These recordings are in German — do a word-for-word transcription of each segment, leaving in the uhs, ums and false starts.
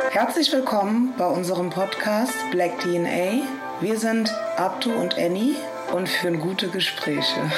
Herzlich willkommen bei unserem Podcast Black D N A. Wir sind Abdu und Annie und führen gute Gespräche.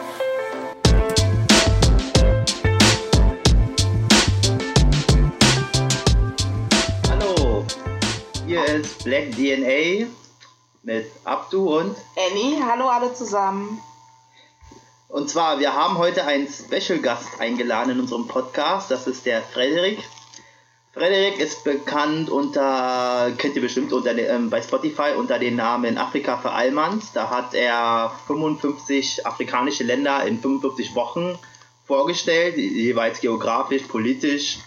Hallo, hier ist Black D N A mit Abdu und Annie. Hallo alle zusammen. Und zwar, wir haben heute einen Special-Gast eingeladen in unserem Podcast. Das ist der Frederik. Frederik ist bekannt unter, kennt ihr bestimmt unter ähm, bei Spotify unter dem Namen Afrika für Allmanns. Da hat er fünfundfünfzig afrikanische Länder in fünfundfünfzig Wochen vorgestellt, jeweils geografisch, politisch.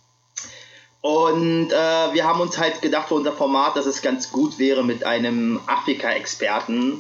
Und äh, wir haben uns halt gedacht für unser Format, dass es ganz gut wäre, mit einem Afrika-Experten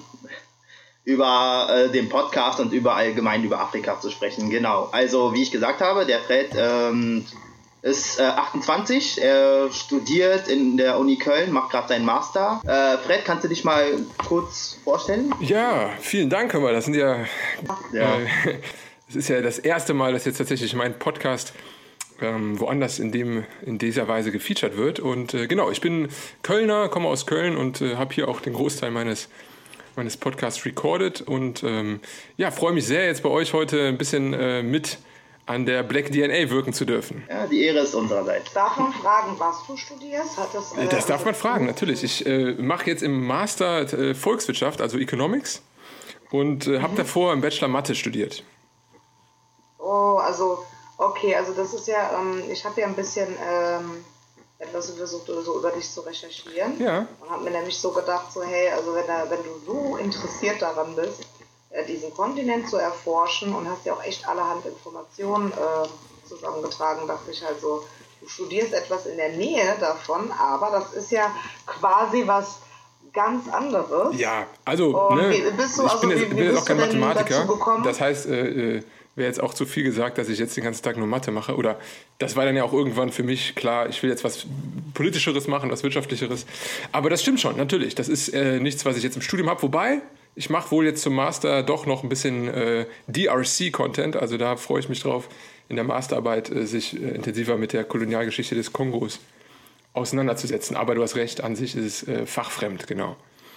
über äh, den Podcast und über allgemein über Afrika zu sprechen. Genau. Also wie ich gesagt habe, der Fred ähm, ist äh, achtundzwanzig, er studiert in der Uni Köln, macht gerade seinen Master. Äh, Fred, kannst du dich mal kurz vorstellen? Ja, vielen Dank, hör mal, das sind ja, ja. Äh, das ist ja das erste Mal, dass jetzt tatsächlich mein Podcast ähm, woanders in dem in dieser Weise gefeatured wird. Und äh, genau, ich bin Kölner, komme aus Köln und äh, habe hier auch den Großteil meines meines Podcasts recorded und ähm, ja, freue mich sehr, jetzt bei euch heute ein bisschen äh, mit an der Black D N A wirken zu dürfen. Ja, die Ehre ist unsererseits. Darf man fragen, was du studierst? Hat das, äh, das darf man fragen, natürlich. Ich äh, mache jetzt im Master äh, Volkswirtschaft, also Economics, und äh, habe mhm. davor im Bachelor Mathe studiert. Oh, also, okay, also das ist ja, ähm, ich habe ja ein bisschen ähm, etwas versucht, so über dich zu recherchieren. Ja. Und habe mir nämlich so gedacht, so hey, also wenn, da, wenn du so interessiert daran bist, äh, diesen Kontinent zu erforschen und hast ja auch echt allerhand Informationen äh, zusammengetragen, dachte ich halt so, du studierst etwas in der Nähe davon, aber das ist ja quasi was ganz anderes. Ja, also, und ne, wie, bist du, ich also, bin jetzt, wie, wie bin jetzt bist auch kein du denn Mathematiker. dazu gekommen? Das heißt, äh, äh, wäre jetzt auch zu viel gesagt, dass ich jetzt den ganzen Tag nur Mathe mache. Oder das war dann ja auch irgendwann für mich klar, ich will jetzt was Politischeres machen, was Wirtschaftlicheres. Aber das stimmt schon, natürlich. Das ist äh, nichts, was ich jetzt im Studium habe. Wobei, ich mache wohl jetzt zum Master doch noch ein bisschen äh, D R C-Content. Also da freue ich mich drauf, in der Masterarbeit äh, sich äh, intensiver mit der Kolonialgeschichte des Kongos auseinanderzusetzen. Aber du hast recht, an sich ist es äh, fachfremd, genau.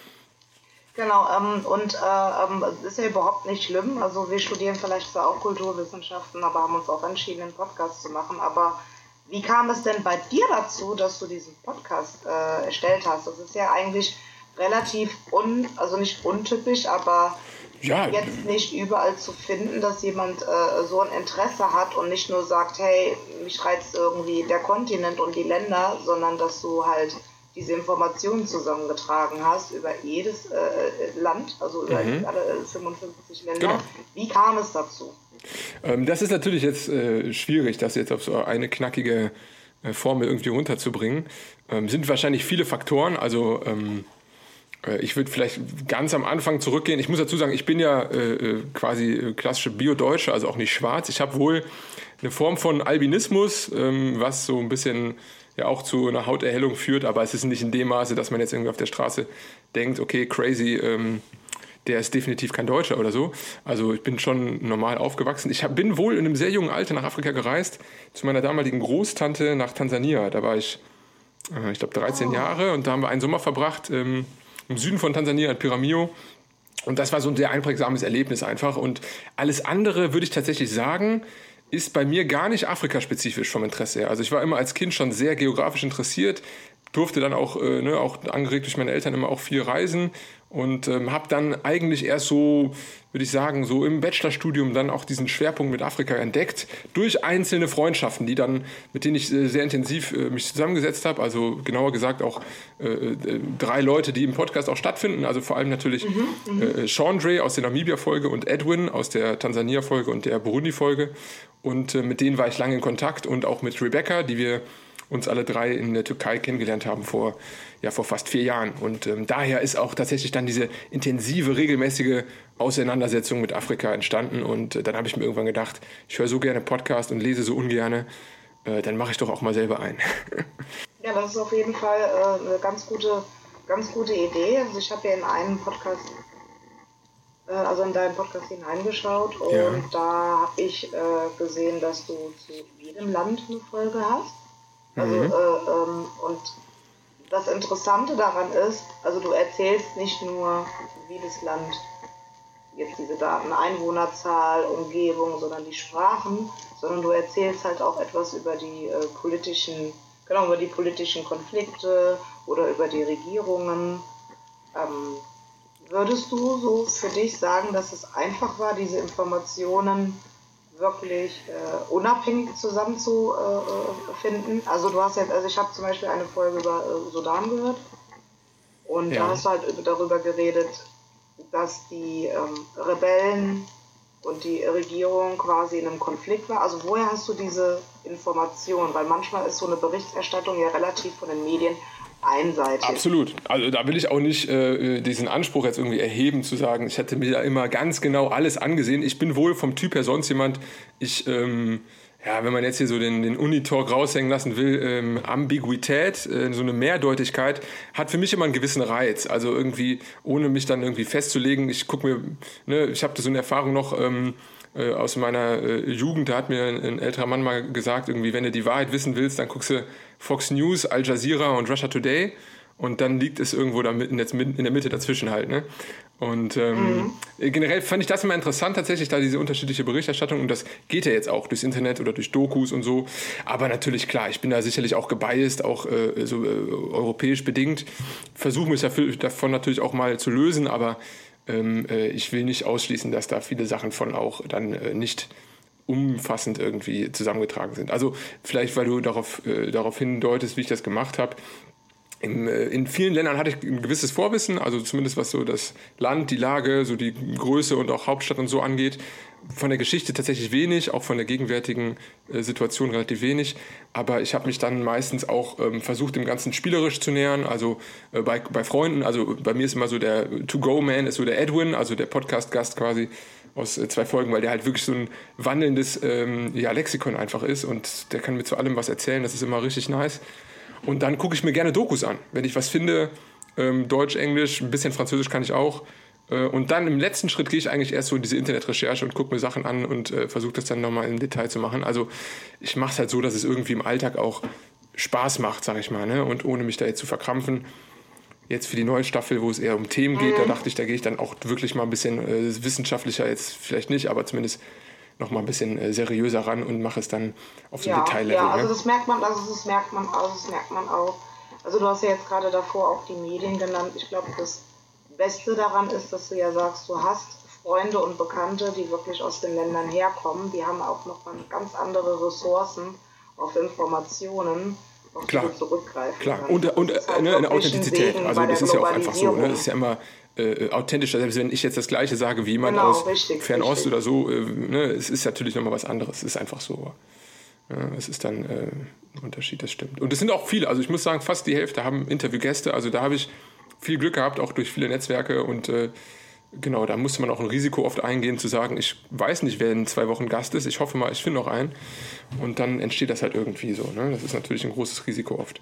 Genau, ähm, und äh, ähm, das ist ja überhaupt nicht schlimm. Also wir studieren vielleicht zwar auch Kulturwissenschaften, aber haben uns auch entschieden, einen Podcast zu machen. Aber wie kam es denn bei dir dazu, dass du diesen Podcast äh, erstellt hast? Das ist ja eigentlich relativ, un, also nicht untypisch, aber ja, jetzt nicht überall zu finden, dass jemand äh, so ein Interesse hat und nicht nur sagt, hey, mich reizt irgendwie der Kontinent und die Länder, sondern dass du halt diese Informationen zusammengetragen hast über jedes äh, Land, also über mhm. alle fünfundfünfzig Länder. Genau. Wie kam es dazu? Ähm, das ist natürlich jetzt äh, schwierig, das jetzt auf so eine knackige äh, Formel irgendwie runterzubringen. Ähm, sind wahrscheinlich viele Faktoren, also ähm, äh, ich würde vielleicht ganz am Anfang zurückgehen. Ich muss dazu sagen, ich bin ja äh, quasi klassische Bio-Deutsche, also auch nicht schwarz. Ich habe wohl eine Form von Albinismus, ähm, was so ein bisschen ja auch zu einer Hauterhellung führt, aber es ist nicht in dem Maße, dass man jetzt irgendwie auf der Straße denkt, okay, crazy, ähm, der ist definitiv kein Deutscher oder so. Also ich bin schon normal aufgewachsen. Ich hab, bin wohl in einem sehr jungen Alter nach Afrika gereist, zu meiner damaligen Großtante nach Tansania. Da war ich, äh, ich glaube, dreizehn oh. Jahre und da haben wir einen Sommer verbracht ähm, im Süden von Tansania, in Piramio. Und das war so ein sehr einprägsames Erlebnis einfach. Und alles andere würde ich tatsächlich sagen, ist bei mir gar nicht afrikaspezifisch vom Interesse her. Also ich war immer als Kind schon sehr geografisch interessiert, durfte dann auch, äh, ne, auch angeregt durch meine Eltern immer auch viel reisen und ähm, habe dann eigentlich erst so, würde ich sagen, so im Bachelorstudium dann auch diesen Schwerpunkt mit Afrika entdeckt, durch einzelne Freundschaften, die dann, mit denen ich äh, sehr intensiv äh, mich zusammengesetzt habe, also genauer gesagt auch äh, äh, drei Leute, die im Podcast auch stattfinden, also vor allem natürlich mhm, äh, Chandre aus der Namibia-Folge und Edwin aus der Tansania-Folge und der Burundi-Folge und äh, mit denen war ich lange in Kontakt und auch mit Rebecca, die wir uns alle drei in der Türkei kennengelernt haben vor, ja, vor fast vier Jahren. Und ähm, daher ist auch tatsächlich dann diese intensive, regelmäßige Auseinandersetzung mit Afrika entstanden. Und äh, dann habe ich mir irgendwann gedacht, ich höre so gerne Podcast und lese so ungerne, äh, dann mache ich doch auch mal selber einen. Ja, das ist auf jeden Fall äh, eine ganz gute, ganz gute Idee. Also ich habe ja in einen Podcast, äh, also in deinen Podcast hineingeschaut und ja. da habe ich äh, gesehen, dass du zu jedem Land eine Folge hast. Also, mhm. äh, ähm, und das Interessante daran ist, also du erzählst nicht nur, wie das Land jetzt diese Daten, Einwohnerzahl, Umgebung, sondern die Sprachen, sondern du erzählst halt auch etwas über die äh, politischen, genau, über die politischen Konflikte oder über die Regierungen. Ähm, würdest du so für dich sagen, dass es einfach war, diese Informationen wirklich äh, unabhängig zusammenzufinden? Äh, also du hast jetzt, also ich habe zum Beispiel eine Folge über äh, Sudan gehört und ja. da hast du halt darüber geredet, dass die ähm, Rebellen und die Regierung quasi in einem Konflikt war. Also woher hast du diese Information? Weil manchmal ist so eine Berichterstattung ja relativ von den Medien einseitig. Absolut. Also da will ich auch nicht äh, diesen Anspruch jetzt irgendwie erheben, zu sagen, ich hätte mir da immer ganz genau alles angesehen. Ich bin wohl vom Typ her sonst jemand, ich... Ähm, ja, wenn man jetzt hier so den, den Uni-Talk raushängen lassen will, ähm, Ambiguität, äh, so eine Mehrdeutigkeit, hat für mich immer einen gewissen Reiz. Also irgendwie, ohne mich dann irgendwie festzulegen, ich gucke mir, ne, ich habe so eine Erfahrung noch ähm, äh, aus meiner äh, Jugend, da hat mir ein, ein älterer Mann mal gesagt, irgendwie, wenn du die Wahrheit wissen willst, dann guckst du Fox News, Al Jazeera und Russia Today und dann liegt es irgendwo da mitten jetzt in der Mitte dazwischen halt, ne? Und ähm, mhm. generell fand ich das immer interessant, tatsächlich da diese unterschiedliche Berichterstattung, und das geht ja jetzt auch durchs Internet oder durch Dokus und so, aber natürlich klar, ich bin da sicherlich auch gebiased, auch äh, so äh, europäisch bedingt, versuche mich dafür, davon natürlich auch mal zu lösen, aber ähm, äh, ich will nicht ausschließen, dass da viele Sachen von auch dann äh, nicht umfassend irgendwie zusammengetragen sind. Also vielleicht, weil du darauf, äh, darauf hindeutest, wie ich das gemacht habe. In, in vielen Ländern hatte ich ein gewisses Vorwissen, also zumindest was so das Land, die Lage, so die Größe und auch Hauptstadt und so angeht. Von der Geschichte tatsächlich wenig, auch von der gegenwärtigen äh, Situation relativ wenig. Aber ich habe mich dann meistens auch ähm, versucht, dem Ganzen spielerisch zu nähern, also äh, bei, bei Freunden. Also bei mir ist immer so der To-Go-Man, ist so der Edwin, also der Podcast-Gast quasi aus äh, zwei Folgen, weil der halt wirklich so ein wandelndes ähm, ja, Lexikon einfach ist und der kann mir zu allem was erzählen, das ist immer richtig nice. Und dann gucke ich mir gerne Dokus an, wenn ich was finde, ähm, Deutsch, Englisch, ein bisschen Französisch kann ich auch. Äh, und dann im letzten Schritt gehe ich eigentlich erst so in diese Internetrecherche und gucke mir Sachen an und äh, versuche das dann nochmal im Detail zu machen. Also ich mache es halt so, dass es irgendwie im Alltag auch Spaß macht, sag ich mal, ne? Und ohne mich da jetzt zu verkrampfen. Jetzt für die neue Staffel, wo es eher um Themen geht, mhm. da dachte ich, da gehe ich dann auch wirklich mal ein bisschen äh, wissenschaftlicher, jetzt vielleicht nicht, aber zumindest noch mal ein bisschen äh, seriöser ran und mache es dann auf so ein ja, Detaillevel. Ja, also ne? das merkt man, also das merkt man, also das merkt man auch. Also du hast ja jetzt gerade davor auch die Medien genannt. Ich glaube, das Beste daran ist, dass du ja sagst, du hast Freunde und Bekannte, die wirklich aus den Ländern herkommen. Die haben auch noch mal ganz andere Ressourcen auf Informationen, auf Klar. die du zurückgreifen Klar. kannst. Und, und das ist halt ne, eine Authentizität. Segen Also bei das der ist ja auch einfach so. Ne? Globalisierung. Das ist ja immer äh, authentischer, selbst wenn ich jetzt das Gleiche sage wie jemand Genau, aus richtig, Fernost richtig. oder so. Äh, ne? Es ist natürlich nochmal was anderes. Es ist einfach so. Ja, es ist dann äh, ein Unterschied, das stimmt. Und es sind auch viele. Also ich muss sagen, fast die Hälfte haben Interviewgäste. Also da habe ich viel Glück gehabt, auch durch viele Netzwerke. Und äh, genau, da musste man auch ein Risiko oft eingehen, zu sagen, ich weiß nicht, wer in zwei Wochen Gast ist. Ich hoffe mal, ich finde noch einen. Und dann entsteht das halt irgendwie so. Ne? Das ist natürlich ein großes Risiko oft.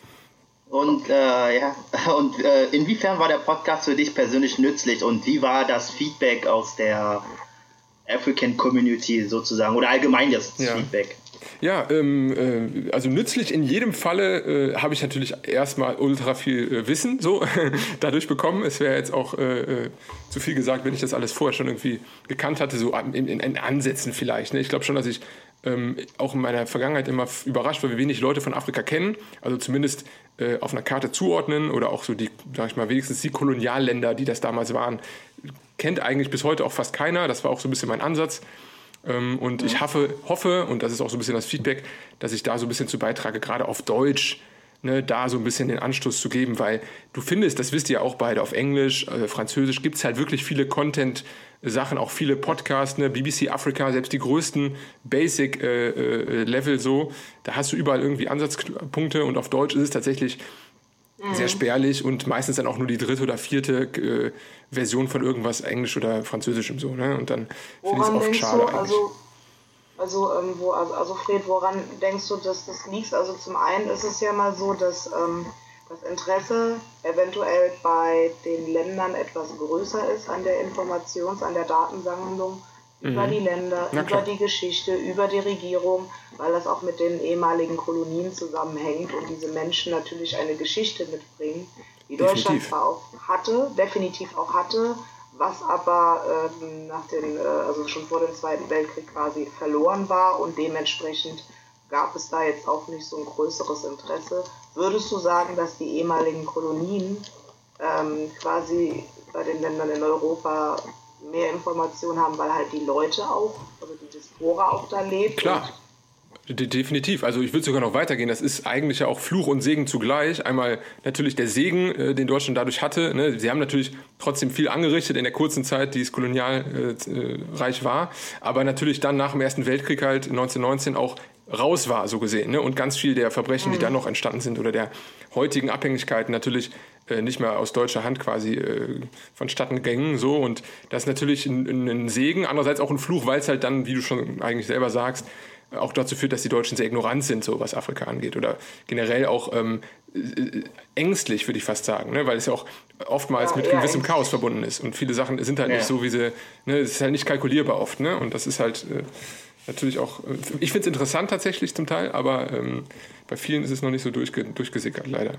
Und äh, ja, und äh, inwiefern war der Podcast für dich persönlich nützlich und wie war das Feedback aus der African Community sozusagen oder allgemein das ja. Feedback? Ja, ähm, äh, also nützlich in jedem Falle äh, habe ich natürlich erstmal ultra viel äh, Wissen so dadurch bekommen. Es wäre jetzt auch äh, äh, zu viel gesagt, wenn ich das alles vorher schon irgendwie gekannt hatte, so in, in, in Ansätzen vielleicht. Ne? Ich glaube schon, dass ich ähm, auch in meiner Vergangenheit immer f- überrascht war, wie wenig Leute von Afrika kennen. Also zumindest äh, auf einer Karte zuordnen oder auch so die, sag ich mal, wenigstens die Kolonialländer, die das damals waren, kennt eigentlich bis heute auch fast keiner. Das war auch so ein bisschen mein Ansatz. Ähm, und ich hoffe, hoffe, und das ist auch so ein bisschen das Feedback, dass ich da so ein bisschen zu beitrage, gerade auf Deutsch, ne, da so ein bisschen den Anstoß zu geben, weil du findest, das wisst ihr ja auch beide, auf Englisch, äh, Französisch gibt es halt wirklich viele Content-Sachen, auch viele Podcasts, ne, B B C Africa, selbst die größten Basic-Level äh, äh, so, da hast du überall irgendwie Ansatzpunkte und auf Deutsch ist es tatsächlich sehr spärlich und meistens dann auch nur die dritte oder vierte äh, Version von irgendwas Englisch oder Französischem so, ne? Und dann finde ich es oft schade du, eigentlich. Also, also, ähm, wo, also, also Fred, woran denkst du, dass das liegt? Also zum einen ist es ja mal so, dass ähm, das Interesse eventuell bei den Ländern etwas größer ist an der Informations-, an der Datensammlung mhm. über die Länder, Na, über klar. die Geschichte, über die Regierung, weil das auch mit den ehemaligen Kolonien zusammenhängt und diese Menschen natürlich eine Geschichte mitbringen, die Definitiv. Deutschland zwar auch hatte, definitiv auch hatte, was aber ähm, nach den, äh, also schon vor dem Zweiten Weltkrieg quasi verloren war und dementsprechend gab es da jetzt auch nicht so ein größeres Interesse. Würdest du sagen, dass die ehemaligen Kolonien ähm, quasi bei den Ländern in Europa mehr Informationen haben, weil halt die Leute auch, also die Diaspora auch da lebt? Klar. De- Definitiv. Also ich würde sogar noch weitergehen. Das ist eigentlich ja auch Fluch und Segen zugleich. Einmal natürlich der Segen, äh, den Deutschland dadurch hatte. Ne? Sie haben natürlich trotzdem viel angerichtet in der kurzen Zeit, die es kolonialreich war. Aber natürlich dann nach dem Ersten Weltkrieg halt neunzehnhundertneunzehn auch raus war, so gesehen. Ne? Und ganz viel der Verbrechen, mhm. die dann noch entstanden sind oder der heutigen Abhängigkeiten natürlich äh, nicht mehr aus deutscher Hand quasi äh, vonstatten gegangen. So. Und das ist natürlich ein, ein Segen, andererseits auch ein Fluch, weil es halt dann, wie du schon eigentlich selber sagst, auch dazu führt, dass die Deutschen sehr ignorant sind, so was Afrika angeht. Oder generell auch ähm, äh, ängstlich, würde ich fast sagen. Ne? Weil es ja auch oftmals ja, mit ja, gewissem ängstlich. Chaos verbunden ist. Und viele Sachen sind halt Ja. nicht so, wie sie... Ne? Es ist halt nicht kalkulierbar oft. Ne? Und das ist halt... Äh, Natürlich auch, ich finde es interessant tatsächlich zum Teil, aber ähm, bei vielen ist es noch nicht so durchge- durchgesickert, leider.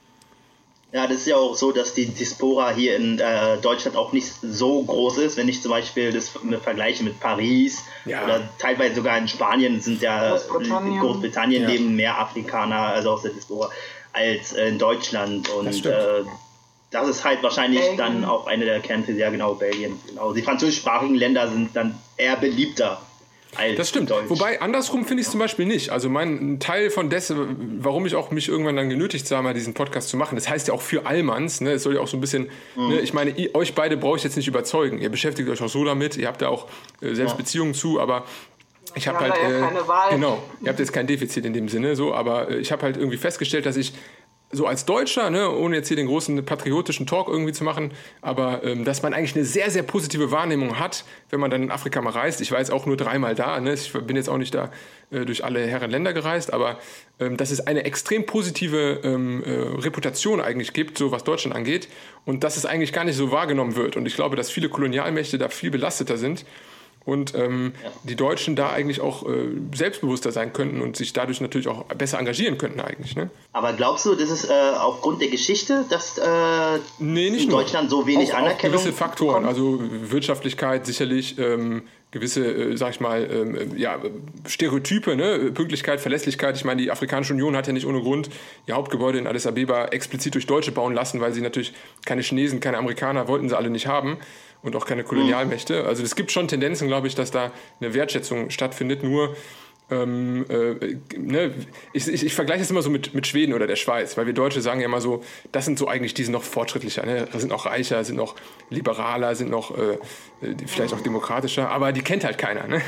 Ja, das ist ja auch so, dass die Diaspora hier in äh, Deutschland auch nicht so groß ist. Wenn ich zum Beispiel das vergleiche mit Paris Ja. oder teilweise sogar in Spanien sind ja Großbritannien. in Großbritannien Ja. leben mehr Afrikaner, also aus der Diaspora, als äh, in Deutschland. Das Und stimmt. äh, das ist halt wahrscheinlich Belgien. dann auch eine der Kernthemen, ja genau, Belgien. Genau. Die französischsprachigen Länder sind dann eher beliebter. Das stimmt. Deutsch. Wobei, andersrum finde ich es zum Beispiel nicht. Also mein ein Teil von dessen, warum ich auch mich irgendwann dann genötigt sah, mal diesen Podcast zu machen, das heißt ja auch für Allmanns, ne? Es soll ja auch so ein bisschen, mhm. ne? Ich meine, ihr, euch beide brauche ich jetzt nicht überzeugen. Ihr beschäftigt euch auch so damit, ihr habt da auch äh, selbst Ja. Beziehungen zu, aber ich habe Wir halt... haben da ja äh, keine Wahl. Genau, ihr habt jetzt kein Defizit in dem Sinne, so, aber äh, ich habe halt irgendwie festgestellt, dass ich so als Deutscher, ne, ohne jetzt hier den großen patriotischen Talk irgendwie zu machen, aber ähm, dass man eigentlich eine sehr, sehr positive Wahrnehmung hat, wenn man dann in Afrika mal reist. Ich war jetzt auch nur dreimal da, ne? Ich bin jetzt auch nicht da äh, durch alle Herren Länder gereist, aber ähm, dass es eine extrem positive ähm, äh, Reputation eigentlich gibt, so was Deutschland angeht, und dass es eigentlich gar nicht so wahrgenommen wird. Und ich glaube, dass viele Kolonialmächte da viel belasteter sind. Und ähm, ja. die Deutschen da eigentlich auch äh, selbstbewusster sein könnten und sich dadurch natürlich auch besser engagieren könnten eigentlich. Ne? Aber glaubst du, das ist äh, aufgrund der Geschichte, dass äh, nee, nicht in nur. Deutschland so wenig auch, Anerkennung auch gewisse Faktoren, bekommt? also Wirtschaftlichkeit sicherlich, ähm, gewisse, äh, sag ich mal, ähm, ja, Stereotype, ne? Pünktlichkeit, Verlässlichkeit. Ich meine, die Afrikanische Union hat ja nicht ohne Grund ihr Hauptgebäude in Addis Abeba explizit durch Deutsche bauen lassen, weil sie natürlich keine Chinesen, keine Amerikaner wollten sie alle nicht haben. Und auch keine Kolonialmächte. Also es gibt schon Tendenzen, glaube ich, dass da eine Wertschätzung stattfindet. Nur, ähm, äh, ne, ich, ich, ich vergleiche es immer so mit, mit Schweden oder der Schweiz, weil wir Deutsche sagen ja immer so, das sind so eigentlich, die sind noch fortschrittlicher, ne? Sind noch reicher, sind noch liberaler, sind noch äh, vielleicht auch demokratischer, aber die kennt halt keiner. Ne?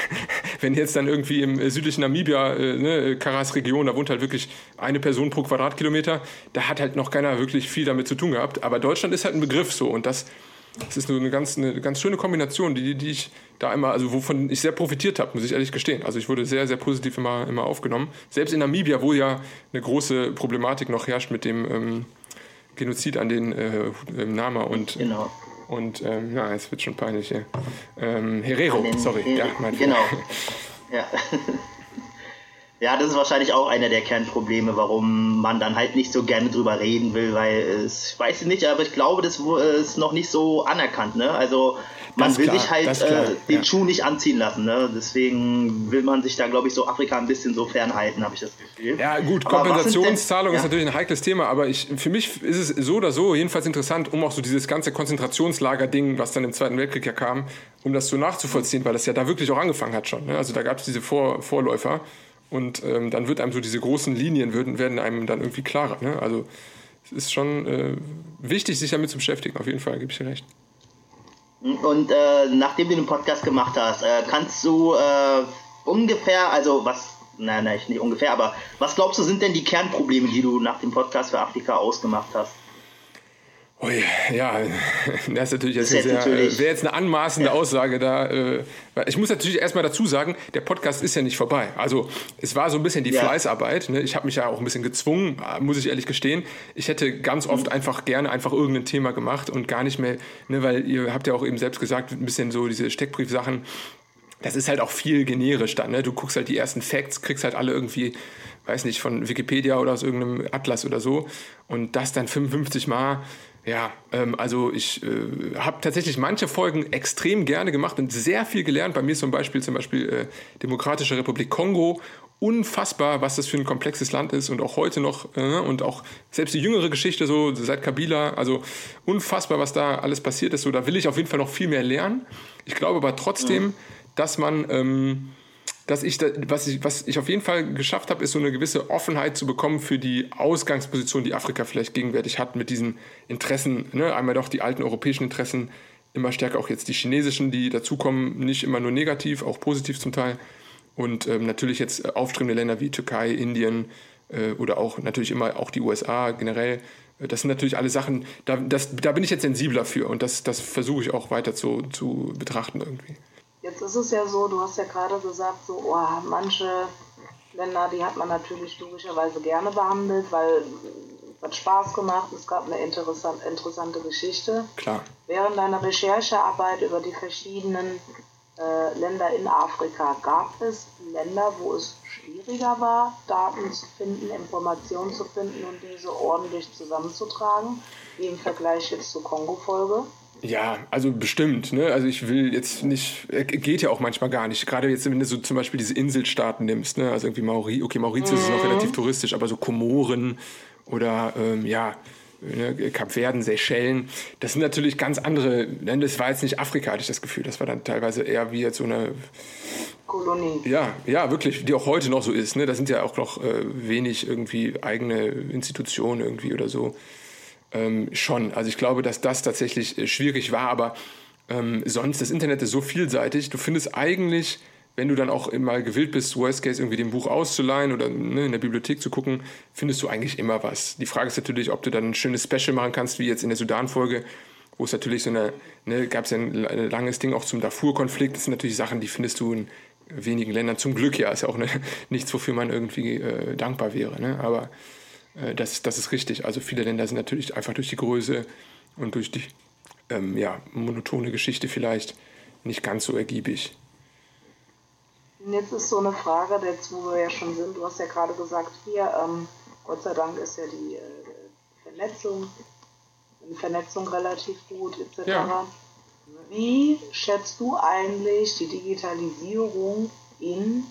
Wenn jetzt dann irgendwie im südlichen Namibia, äh, ne, Karas-Region, da wohnt halt wirklich eine Person pro Quadratkilometer, da hat halt noch keiner wirklich viel damit zu tun gehabt. Aber Deutschland ist halt ein Begriff so und das Das ist nur eine ganz, eine ganz schöne Kombination, die, die ich da immer, also wovon ich sehr profitiert habe, muss ich ehrlich gestehen. Also ich wurde sehr, sehr positiv immer, immer aufgenommen. Selbst in Namibia, wo ja eine große Problematik noch herrscht mit dem ähm, Genozid an den äh, Nama und, genau. und ähm, na, jetzt wird schon peinlich hier. Ähm, Herero, den, sorry. Her- ja, mein genau. Ja. Ja, das ist wahrscheinlich auch einer der Kernprobleme, warum man dann halt nicht so gerne drüber reden will, weil es, ich weiß nicht, aber ich glaube, das ist noch nicht so anerkannt, ne? Also man Das will klar, sich halt das klar, äh, den ja. Schuh nicht anziehen lassen, ne? Deswegen will man sich da, glaube ich, so Afrika ein bisschen so fernhalten, habe ich das Gefühl. Ja gut, Aber was sind Kompensationszahlung denn- ist natürlich ein heikles Thema, aber ich, für mich ist es so oder so jedenfalls interessant, um auch so dieses ganze Konzentrationslager-Ding, was dann im Zweiten Weltkrieg ja kam, um das so nachzuvollziehen, weil das ja da wirklich auch angefangen hat schon. Ne? Also da gab es diese Vor- Vorläufer und ähm, dann wird einem so diese großen Linien werden, werden einem dann irgendwie klarer. Ne? Also es ist schon äh, wichtig, sich damit zu beschäftigen, auf jeden Fall, gebe ich dir recht. Und äh, nachdem du den Podcast gemacht hast, äh, kannst du äh, ungefähr, also was, nein, nein, nicht ungefähr, aber was glaubst du, sind denn die Kernprobleme, die du nach dem Podcast für Afrika ausgemacht hast? Oh ja, das ist natürlich, das jetzt jetzt sehr, wäre jetzt eine anmaßende ja. Aussage da. Äh, ich muss natürlich erstmal dazu sagen, der Podcast ist ja nicht vorbei. Also es war so ein bisschen die ja. Fleißarbeit. Ne? Ich habe mich ja auch ein bisschen gezwungen, muss ich ehrlich gestehen. Ich hätte ganz oft mhm. einfach gerne einfach irgendein Thema gemacht und gar nicht mehr, ne, weil ihr habt ja auch eben selbst gesagt, ein bisschen so diese Steckbriefsachen, das ist halt auch viel generisch dann. Ne? Du guckst halt die ersten Facts, kriegst halt alle irgendwie, weiß nicht, von Wikipedia oder aus irgendeinem Atlas oder so und das dann fünfundfünfzig Mal. Ja, ähm, also ich äh, habe tatsächlich manche Folgen extrem gerne gemacht und sehr viel gelernt. Bei mir zum Beispiel zum Beispiel äh, Demokratische Republik Kongo. Unfassbar, was das für ein komplexes Land ist und auch heute noch äh, und auch selbst die jüngere Geschichte so seit Kabila, also unfassbar, was da alles passiert ist. So, da will ich auf jeden Fall noch viel mehr lernen. Ich glaube aber trotzdem, mhm. dass man... Ähm, dass ich, da, was ich, was ich auf jeden Fall geschafft habe, ist so eine gewisse Offenheit zu bekommen für die Ausgangsposition, die Afrika vielleicht gegenwärtig hat mit diesen Interessen, ne? Einmal doch die alten europäischen Interessen, immer stärker auch jetzt die chinesischen, die dazukommen, nicht immer nur negativ, auch positiv zum Teil und ähm, natürlich jetzt aufstrebende Länder wie Türkei, Indien äh, oder auch natürlich immer auch die U S A generell. Das sind natürlich alle Sachen, da, das, da bin ich jetzt sensibler für und das, das versuche ich auch weiter zu, zu betrachten irgendwie. Jetzt ist es ja so, du hast ja gerade gesagt, so oh, manche Länder, die hat man natürlich logischerweise gerne behandelt, weil es hat Spaß gemacht, es gab eine interessant, interessante Geschichte. Klar. Während deiner Recherchearbeit über die verschiedenen äh, Länder in Afrika, gab es Länder, wo es schwieriger war, Daten zu finden, Informationen zu finden und diese ordentlich zusammenzutragen, wie im Vergleich jetzt zur Kongo-Folge? Ja, also bestimmt. Ne? Also ich will jetzt nicht, geht ja auch manchmal gar nicht. Gerade jetzt, wenn du so zum Beispiel diese Inselstaaten nimmst, ne? Also irgendwie Mauritius, okay, Mauritius mhm. ist noch relativ touristisch, aber so Komoren oder ähm, ja, ne, Kapverden, Seychellen, das sind natürlich ganz andere, ne? Das war jetzt nicht Afrika, hatte ich das Gefühl. Das war dann teilweise eher wie jetzt so eine Kolonie. Ja, ja, wirklich, die auch heute noch so ist. Ne? Da sind ja auch noch äh, wenig irgendwie eigene Institutionen irgendwie oder so. Ähm, schon. Also ich glaube, dass das tatsächlich äh, schwierig war, aber ähm, sonst, das Internet ist so vielseitig. Du findest eigentlich, wenn du dann auch mal gewillt bist, Worst Case irgendwie dem Buch auszuleihen oder ne, in der Bibliothek zu gucken, findest du eigentlich immer was. Die Frage ist natürlich, ob du dann ein schönes Special machen kannst, wie jetzt in der Sudan-Folge, wo es natürlich so eine, ne, gab es ja ein, ein langes Ding auch zum Darfur-Konflikt. Das sind natürlich Sachen, die findest du in wenigen Ländern. Zum Glück ja, ist ja auch ne, nichts, wofür man irgendwie äh, dankbar wäre. Ne? Aber Das, das ist richtig. Also viele Länder sind natürlich einfach durch die Größe und durch die ähm, ja, monotone Geschichte vielleicht nicht ganz so ergiebig. Jetzt ist so eine Frage, jetzt wo wir ja schon sind, du hast ja gerade gesagt, hier, ähm, Gott sei Dank ist ja die äh, Vernetzung, die Vernetzung relativ gut et cetera. Ja. Wie schätzt du eigentlich die Digitalisierung in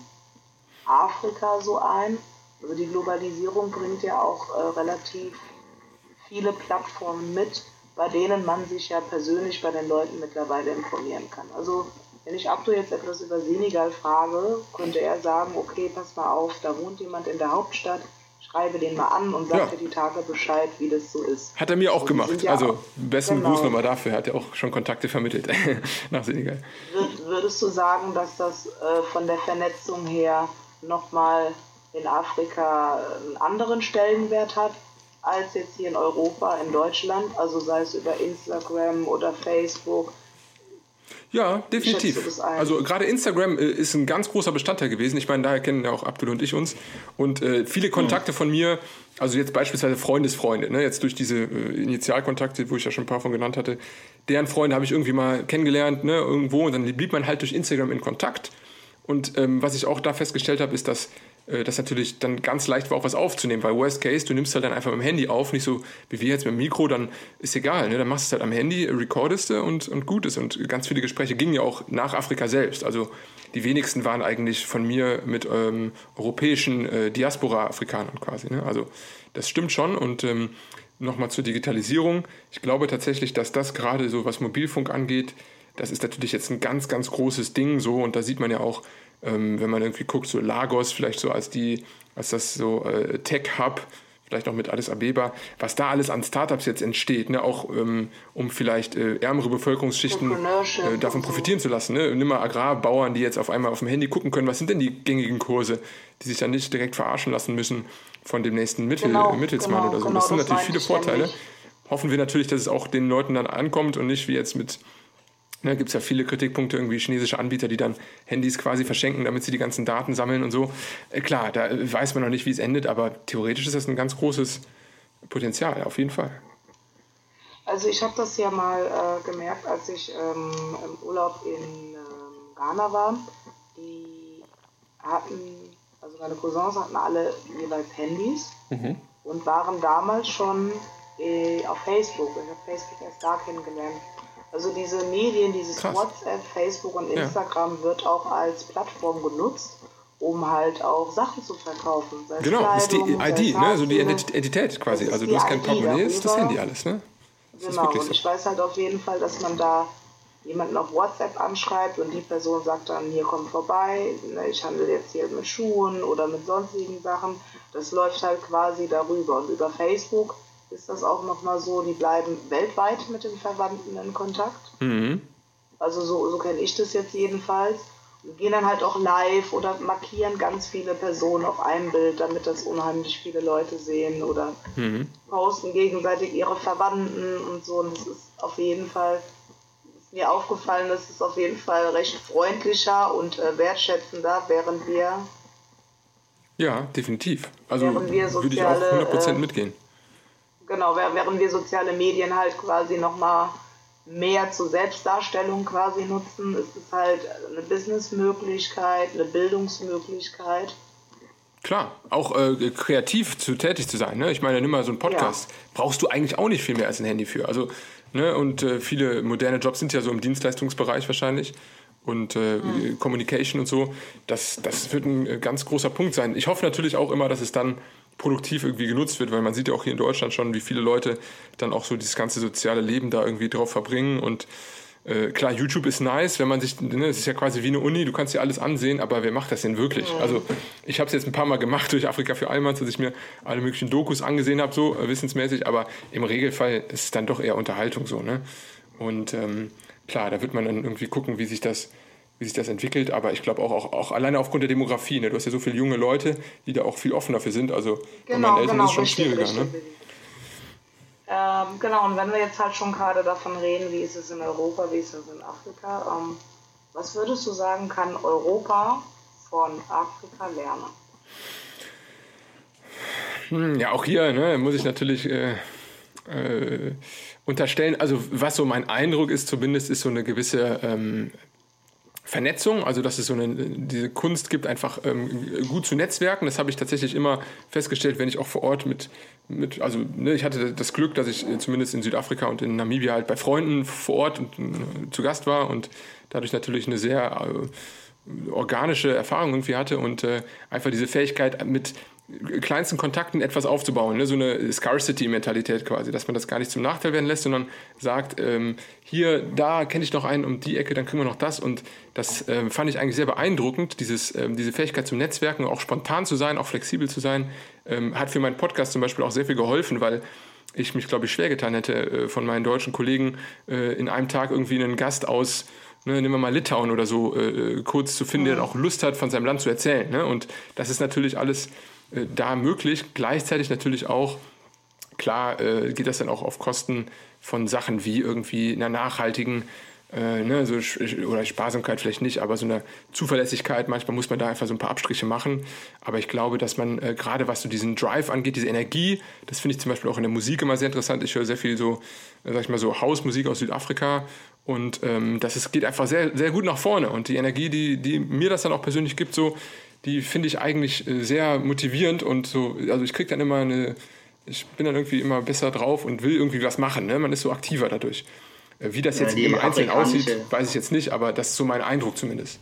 Afrika so ein? Also die Globalisierung bringt ja auch äh, relativ viele Plattformen mit, bei denen man sich ja persönlich bei den Leuten mittlerweile informieren kann. Also wenn ich Abdo jetzt etwas über Senegal frage, könnte er sagen, okay, pass mal auf, da wohnt jemand in der Hauptstadt, schreibe den mal an und sag ja. dir die Tage Bescheid, wie das so ist. Hat er mir auch und gemacht. Ja also auch, besten genau. Gruß nochmal dafür. Er hat ja auch schon Kontakte vermittelt nach Senegal. Würdest du sagen, dass das äh, von der Vernetzung her nochmal in Afrika einen anderen Stellenwert hat als jetzt hier in Europa, in Deutschland, also sei es über Instagram oder Facebook? Ja, definitiv. Also gerade Instagram äh, ist ein ganz großer Bestandteil gewesen. Ich meine, daher kennen ja auch Abdul und ich uns. Und äh, viele Kontakte von mir, also jetzt beispielsweise Freundesfreunde, ne, jetzt durch diese äh, Initialkontakte, wo ich ja schon ein paar von genannt hatte, deren Freunde habe ich irgendwie mal kennengelernt, ne, irgendwo. Und dann blieb man halt durch Instagram in Kontakt. Und ähm, was ich auch da festgestellt habe, ist, dass äh, das natürlich dann ganz leicht war, auch was aufzunehmen. Weil Worst Case, du nimmst halt dann einfach mit dem Handy auf, nicht so wie wir jetzt mit dem Mikro, dann ist egal. Ne? Dann machst du es halt am Handy, recordest du und, und gut ist. Und ganz viele Gespräche gingen ja auch nach Afrika selbst. Also die wenigsten waren eigentlich von mir mit ähm, europäischen äh, Diaspora-Afrikanern quasi. Ne? Also das stimmt schon. Und ähm, nochmal zur Digitalisierung. Ich glaube tatsächlich, dass das gerade so, was Mobilfunk angeht, das ist natürlich jetzt ein ganz, ganz großes Ding so und da sieht man ja auch, ähm, wenn man irgendwie guckt, so Lagos vielleicht so als die, als das so äh, Tech-Hub, vielleicht noch mit Addis Abeba, was da alles an Startups jetzt entsteht, ne? Auch ähm, um vielleicht äh, ärmere Bevölkerungsschichten äh, davon profitieren zu lassen. Ne? Nimm mal Agrarbauern, die jetzt auf einmal auf dem Handy gucken können, was sind denn die gängigen Kurse, die sich dann nicht direkt verarschen lassen müssen von dem nächsten Mittel, genau, Mittelsmann genau, oder so. Genau, das sind das natürlich viele Vorteile. Ständig. hoffen wir natürlich, dass es auch den Leuten dann ankommt und nicht wie jetzt mit, ne, gibt es ja viele Kritikpunkte, irgendwie chinesische Anbieter, die dann Handys quasi verschenken, damit sie die ganzen Daten sammeln und so. Äh, klar, da weiß man noch nicht, wie es endet, aber theoretisch ist das ein ganz großes Potenzial, auf jeden Fall. Also ich habe das ja mal äh, gemerkt, als ich ähm, im Urlaub in ähm, Ghana war. Die hatten, also meine Cousins hatten alle jeweils Handys mhm. und waren damals schon äh, auf Facebook. Ich habe Facebook erst da kennengelernt. Also diese Medien, dieses Krass. WhatsApp, Facebook und Instagram ja. wird auch als Plattform genutzt, um halt auch Sachen zu verkaufen. Sei genau, Kleidung, ist die I D, ne? So die Identität quasi. Also du hast kein Portemonnaie, ist das Handy alles, ne? Das genau, und so. ich weiß halt auf jeden Fall, dass man da jemanden auf WhatsApp anschreibt und die Person sagt dann, hier kommt vorbei, ich handle jetzt hier mit Schuhen oder mit sonstigen Sachen. Das läuft halt quasi darüber. Und über Facebook ist das auch nochmal so, die bleiben weltweit mit den Verwandten in Kontakt. Mhm. Also so, so kenne ich das jetzt jedenfalls. Und gehen dann halt auch live oder markieren ganz viele Personen auf einem Bild, damit das unheimlich viele Leute sehen oder mhm. posten gegenseitig ihre Verwandten und so. Und das ist auf jeden Fall, ist mir aufgefallen, das ist auf jeden Fall recht freundlicher und äh, wertschätzender, während wir... Ja, definitiv. Also soziale, würde ich auch hundert Prozent äh, mitgehen. Genau, während wir soziale Medien halt quasi nochmal mehr zur Selbstdarstellung quasi nutzen, ist es halt eine Businessmöglichkeit, eine Bildungsmöglichkeit. Klar, auch äh, kreativ zu tätig zu sein. Ne? Ich meine, nimm mal so einen Podcast. Ja. Brauchst du eigentlich auch nicht viel mehr als ein Handy für. Also, ne? Und äh, viele moderne Jobs sind ja so im Dienstleistungsbereich wahrscheinlich. Und äh, mhm. Communication und so. Das, das wird ein ganz großer Punkt sein. Ich hoffe natürlich auch immer, dass es dann produktiv irgendwie genutzt wird, weil man sieht ja auch hier in Deutschland schon, wie viele Leute dann auch so dieses ganze soziale Leben da irgendwie drauf verbringen und äh, klar, YouTube ist nice, wenn man sich, ne, es ist ja quasi wie eine Uni, du kannst dir alles ansehen, aber wer macht das denn wirklich? Mhm. Also ich habe es jetzt ein paar Mal gemacht durch Afrika für Allmanns, dass ich mir alle möglichen Dokus angesehen habe, so äh, wissensmäßig, aber im Regelfall ist es dann doch eher Unterhaltung so, ne? Und ähm, klar, da wird man dann irgendwie gucken, wie sich das wie sich das entwickelt, aber ich glaube auch, auch, auch alleine aufgrund der Demografie, ne? Du hast ja so viele junge Leute, die da auch viel offener für sind, also bei genau, meinen Eltern genau, ist es schon richtig, schwieriger. Richtig. Ne? Ähm, genau, und wenn wir jetzt halt schon gerade davon reden, wie ist es in Europa, wie ist es in Afrika, ähm, was würdest du sagen, kann Europa von Afrika lernen? Hm, ja, auch hier ne, muss ich natürlich äh, äh, unterstellen, also was so mein Eindruck ist zumindest, ist so eine gewisse ähm, Vernetzung, also dass es so eine diese Kunst gibt, einfach ähm, gut zu netzwerken. Das habe ich tatsächlich immer festgestellt, wenn ich auch vor Ort mit, mit also ne, ich hatte das Glück, dass ich zumindest in Südafrika und in Namibia halt bei Freunden vor Ort und, äh, zu Gast war und dadurch natürlich eine sehr äh, organische Erfahrung irgendwie hatte und äh, einfach diese Fähigkeit mit kleinsten Kontakten etwas aufzubauen, ne? So eine Scarcity-Mentalität quasi, dass man das gar nicht zum Nachteil werden lässt, sondern sagt, ähm, hier, da kenne ich noch einen um die Ecke, dann kriegen wir noch das und das ähm, fand ich eigentlich sehr beeindruckend, dieses, ähm, diese Fähigkeit zum Netzwerken, auch spontan zu sein, auch flexibel zu sein, ähm, hat für meinen Podcast zum Beispiel auch sehr viel geholfen, weil ich mich, glaube ich, schwer getan hätte, äh, von meinen deutschen Kollegen äh, in einem Tag irgendwie einen Gast aus Ne, nehmen wir mal Litauen oder so äh, kurz zu finden, der auch Lust hat, von seinem Land zu erzählen. Ne? Und das ist natürlich alles äh, da möglich. Gleichzeitig natürlich auch, klar äh, geht das dann auch auf Kosten von Sachen wie irgendwie einer nachhaltigen äh, ne, so, oder Sparsamkeit vielleicht nicht, aber so eine Zuverlässigkeit. Manchmal muss man da einfach so ein paar Abstriche machen. Aber ich glaube, dass man äh, gerade was so diesen Drive angeht, diese Energie, das finde ich zum Beispiel auch in der Musik immer sehr interessant. Ich höre sehr viel so, äh, sag ich mal so Hausmusik aus Südafrika. Und ähm, das ist, geht einfach sehr, sehr gut nach vorne. Und die Energie, die, die mir das dann auch persönlich gibt, so, die finde ich eigentlich äh, sehr motivierend. Und so, also ich kriege dann immer eine, ich bin dann irgendwie immer besser drauf und will irgendwie was machen. Ne? Man ist so aktiver dadurch. Äh, wie das jetzt ja, im Einzelnen aussieht, weiß ich jetzt nicht, aber das ist so mein Eindruck zumindest.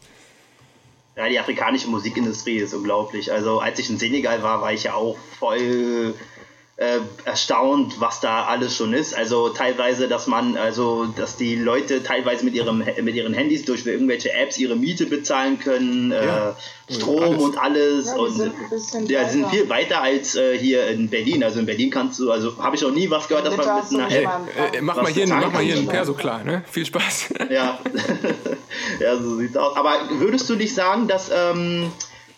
Ja, die afrikanische Musikindustrie ist unglaublich. Also als ich in Senegal war, war ich ja auch voll Äh, erstaunt, was da alles schon ist. Also teilweise, dass man, also dass die Leute teilweise mit ihrem mit ihren Handys durch irgendwelche Apps ihre Miete bezahlen können, ja. äh, Strom alles. und alles. Ja, und sind ja, sind viel weiter als äh, hier in Berlin. Also in Berlin kannst du, also habe ich noch nie was gehört, dass man mit einer App. Äh, äh, mach mal hier, mach mal hier einen Perso klar, ne? Viel Spaß. Ja. Ja, so sieht's aus. Aber würdest du nicht sagen, dass ähm,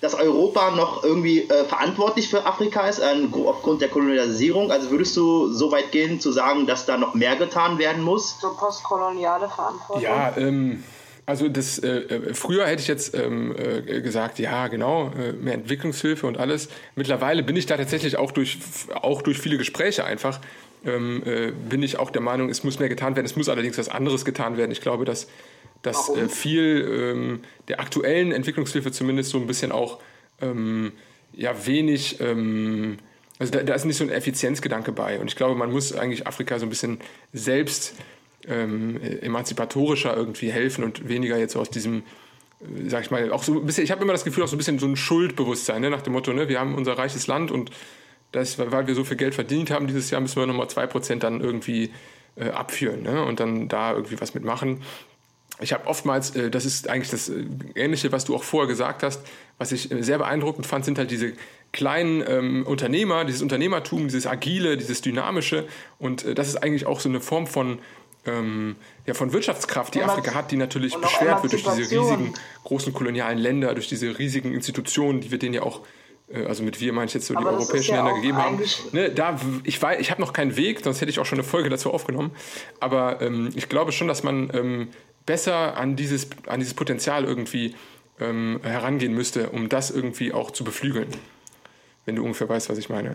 dass Europa noch irgendwie äh, verantwortlich für Afrika ist, äh, aufgrund der Kolonialisierung? Also würdest du so weit gehen, zu sagen, dass da noch mehr getan werden muss? So postkoloniale Verantwortung? Ja, ähm, also das äh, früher hätte ich jetzt ähm, äh, gesagt, ja genau, äh, mehr Entwicklungshilfe und alles. Mittlerweile bin ich da tatsächlich auch durch, auch durch viele Gespräche einfach, ähm, äh, bin ich auch der Meinung, es muss mehr getan werden. Es muss allerdings was anderes getan werden. Ich glaube, dass dass äh, viel ähm, der aktuellen Entwicklungshilfe zumindest so ein bisschen auch ähm, ja wenig, ähm, also da, da ist nicht so ein Effizienzgedanke bei. Und ich glaube, man muss eigentlich Afrika so ein bisschen selbst ähm, emanzipatorischer irgendwie helfen und weniger jetzt so aus diesem, äh, sag ich mal, auch so ein bisschen, ich habe immer das Gefühl, auch so ein bisschen so ein Schuldbewusstsein, ne, nach dem Motto, ne, wir haben unser reiches Land und das, weil wir so viel Geld verdient haben dieses Jahr, müssen wir nochmal zwei Prozent dann irgendwie äh, abführen, ne, und dann da irgendwie was mitmachen. Ich habe oftmals, äh, das ist eigentlich das äh, Ähnliche, was du auch vorher gesagt hast, was ich äh, sehr beeindruckend fand, sind halt diese kleinen ähm, Unternehmer, dieses Unternehmertum, dieses Agile, dieses Dynamische. Und äh, das ist eigentlich auch so eine Form von, ähm, ja, von Wirtschaftskraft, die Emanz- Afrika hat, die natürlich und auch beschwert wird durch diese Emanzipation. riesigen, großen kolonialen Länder, durch diese riesigen Institutionen, die wir denen ja auch, äh, also mit wir meine ich jetzt so die Aber das ist europäischen ja Länder auch gegeben haben. eigentlich- Ne, da, ich weiß, ich habe noch keinen Weg, sonst hätte ich auch schon eine Folge dazu aufgenommen. Aber ähm, ich glaube schon, dass man ähm, besser an dieses, an dieses Potenzial irgendwie ähm, herangehen müsste, um das irgendwie auch zu beflügeln. Wenn du ungefähr weißt, was ich meine.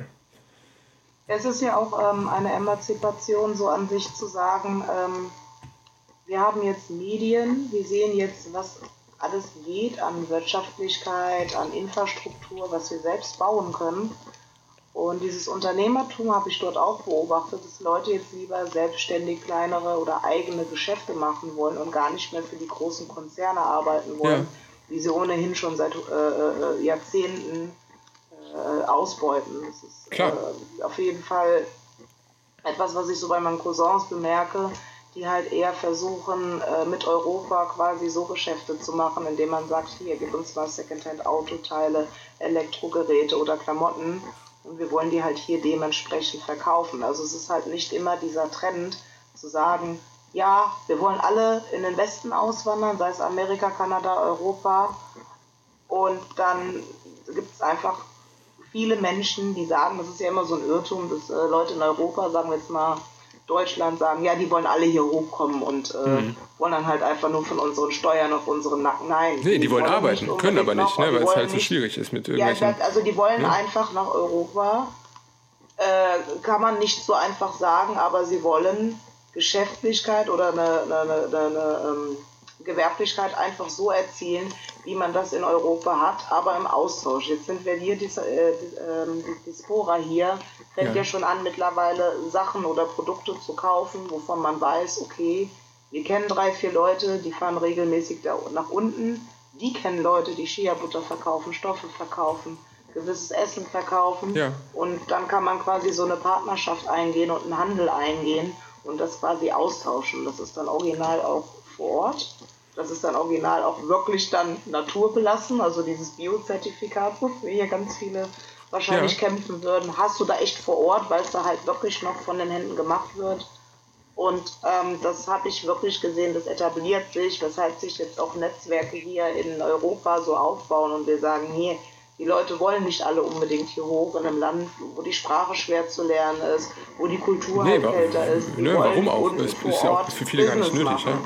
Es ist ja auch ähm, eine Emanzipation, so an sich zu sagen, ähm, wir haben jetzt Medien, wir sehen jetzt, was alles geht an Wirtschaftlichkeit, an Infrastruktur, was wir selbst bauen können. Und dieses Unternehmertum habe ich dort auch beobachtet, dass Leute jetzt lieber selbstständig kleinere oder eigene Geschäfte machen wollen und gar nicht mehr für die großen Konzerne arbeiten wollen, ja. wie sie ohnehin schon seit äh, Jahrzehnten äh, ausbeuten. Das ist Klar. Äh, auf jeden Fall etwas, was ich so bei meinen Cousins bemerke, die halt eher versuchen, äh, mit Europa quasi so Geschäfte zu machen, indem man sagt, hier, gib uns mal Secondhand-Autoteile, Elektrogeräte oder Klamotten. Und wir wollen die halt hier dementsprechend verkaufen. Also es ist halt nicht immer dieser Trend zu sagen, ja, wir wollen alle in den Westen auswandern, sei es Amerika, Kanada, Europa. Und dann gibt es einfach viele Menschen, die sagen, das ist ja immer so ein Irrtum, dass äh, Leute in Europa, sagen wir jetzt mal Deutschland, sagen, ja, die wollen alle hier hochkommen und äh, mhm. wollen dann halt einfach nur von unseren Steuern auf unseren Nacken. Nein. Nee, die, die wollen, wollen arbeiten, können aber nicht, noch, ne, weil es halt so nicht, schwierig ist mit irgendwelchen... Ja, also die wollen ne? einfach nach Europa, äh, kann man nicht so einfach sagen, aber sie wollen Geschäftlichkeit oder eine, eine, eine, eine, eine ähm, Gewerblichkeit einfach so erzielen, wie man das in Europa hat, aber im Austausch. Jetzt sind wir hier, die, äh, die, die Diaspora hier, fängt ja. ja schon an, mittlerweile Sachen oder Produkte zu kaufen, wovon man weiß, okay, wir kennen drei, vier Leute, die fahren regelmäßig da nach unten, die kennen Leute, die Shea-Butter verkaufen, Stoffe verkaufen, gewisses Essen verkaufen ja. und dann kann man quasi so eine Partnerschaft eingehen und einen Handel eingehen und das quasi austauschen. Das ist dann original auch vor Ort. Das ist dann original auch wirklich dann naturbelassen, also dieses Bio-Zertifikat, wofür hier ganz viele wahrscheinlich ja. kämpfen würden, hast du da echt vor Ort, weil es da halt wirklich noch von den Händen gemacht wird. Und ähm, das habe ich wirklich gesehen, das etabliert sich, weshalb sich jetzt auch Netzwerke hier in Europa so aufbauen und wir sagen, hier, die Leute wollen nicht alle unbedingt hier hoch in einem Land, wo die Sprache schwer zu lernen ist, wo die Kultur nee, halt wa- kälter ist. Die ne, warum auch? Es ist ja auch für viele gar nicht nötig. Ja?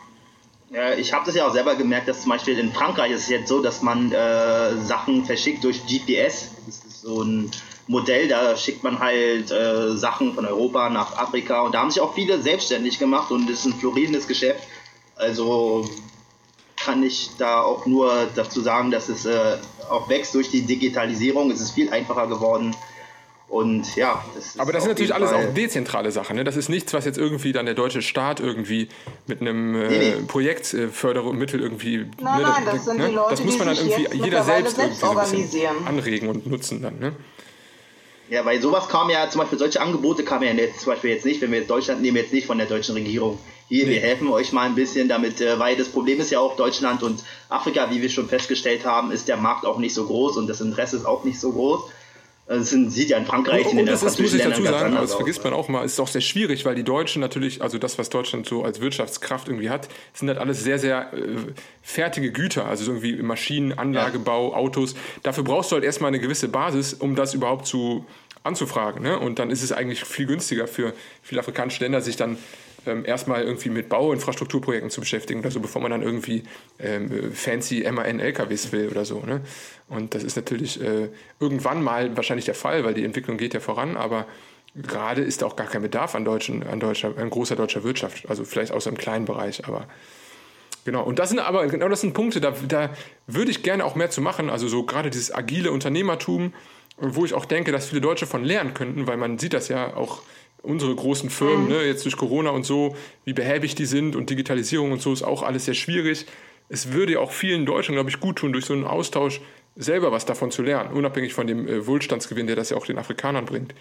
Ja, ich habe das ja auch selber gemerkt, dass zum Beispiel in Frankreich ist es jetzt so, dass man äh, Sachen verschickt durch G P S. Das ist so ein Modell, da schickt man halt äh, Sachen von Europa nach Afrika und da haben sich auch viele selbstständig gemacht und es ist ein florierendes Geschäft. Also kann ich da auch nur dazu sagen, dass es äh, auch wächst durch die Digitalisierung. Es ist viel einfacher geworden. Und ja, das ist aber das sind natürlich alles Fall auch dezentrale Sachen. Ne? Das ist nichts, was jetzt irgendwie dann der deutsche Staat irgendwie mit einem äh, nee, nee. Projektfördermittel irgendwie. Nein, ne, nein, da, das sind ne? die Leute, das muss man dann die sich irgendwie jetzt jeder selbst, selbst irgendwie so ein organisieren. bisschen anregen und nutzen dann. Ne? Ja, weil sowas kam ja, zum Beispiel solche Angebote kamen ja jetzt, zum Beispiel jetzt nicht, wenn wir jetzt Deutschland nehmen, jetzt nicht von der deutschen Regierung. Hier, nee. wir helfen euch mal ein bisschen damit, äh, weil das Problem ist ja auch, Deutschland und Afrika, wie wir schon festgestellt haben, ist der Markt auch nicht so groß und das Interesse ist auch nicht so groß. Das sieht ja in Frankreich, und, in und den das ist, muss ich dazu sagen, ganz das vergisst man auch mal, ist auch sehr schwierig, weil die Deutschen natürlich, also das, was Deutschland so als Wirtschaftskraft irgendwie hat, sind halt alles sehr, sehr äh, fertige Güter, also so irgendwie Maschinen, Anlagebau, ja. Autos. Dafür brauchst du halt erstmal eine gewisse Basis, um das überhaupt zu anzufragen. Ne? Und dann ist es eigentlich viel günstiger für viele afrikanische Länder, sich dann ähm, erstmal irgendwie mit Bauinfrastrukturprojekten zu beschäftigen oder so, bevor man dann irgendwie ähm, fancy M A N-L K Ws will oder so. Ne? Und das ist natürlich äh, irgendwann mal wahrscheinlich der Fall, weil die Entwicklung geht ja voran, aber gerade ist da auch gar kein Bedarf an, deutschen, an, deutscher, an großer deutscher Wirtschaft, also vielleicht außer im kleinen Bereich, aber genau. Und das sind aber genau das sind Punkte, da, da würde ich gerne auch mehr zu machen, also so gerade dieses agile Unternehmertum, wo ich auch denke, dass viele Deutsche von lernen könnten, weil man sieht das ja auch, unsere großen Firmen, ne, jetzt durch Corona und so, wie behäbig die sind und Digitalisierung und so ist auch alles sehr schwierig. Es würde ja auch vielen Deutschen, glaube ich, gut tun, durch so einen Austausch selber was davon zu lernen, unabhängig von dem äh, Wohlstandsgewinn, der das ja auch den Afrikanern bringt.